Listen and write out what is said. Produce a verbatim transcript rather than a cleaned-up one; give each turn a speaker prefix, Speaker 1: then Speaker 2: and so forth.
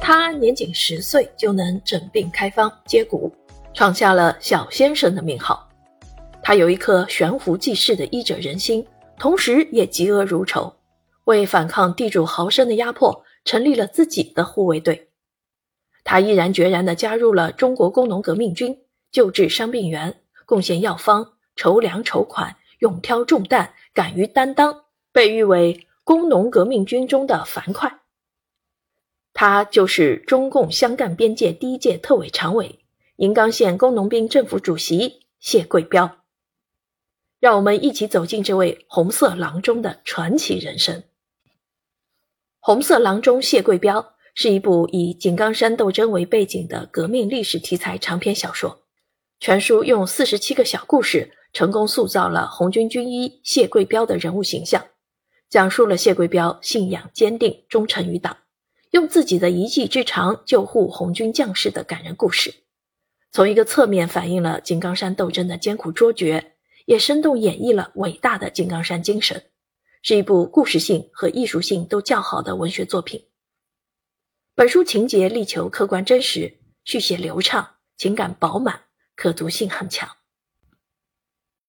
Speaker 1: 他年仅十岁就能诊病开方接骨，创下了小先生的名号。他有一颗悬壶济世的医者仁心，同时也嫉恶如仇，为反抗地主豪绅的压迫，成立了自己的护卫队。他毅然决然地加入了中国工农革命军，救治伤病员，贡献药方，筹粮筹款，勇挑重担，敢于担当，被誉为工农革命军中的樊哙。他就是中共湘赣边界第一届特委常委、银冈县工农兵政府主席谢贵标。让我们一起走进这位红色郎中的传奇人生。红色郎中谢贵标是一部以井冈山斗争为背景的革命历史题材长篇小说，全书用四十七个小故事成功塑造了红军军医谢贵标的人物形象，讲述了谢贵标信仰坚定，忠诚于党，用自己的一技之长救护红军将士的感人故事，从一个侧面反映了井冈山斗争的艰苦卓绝，也生动演绎了伟大的井冈山精神，是一部故事性和艺术性都较好的文学作品。本书情节力求客观真实，续写流畅，情感饱满，可读性很强。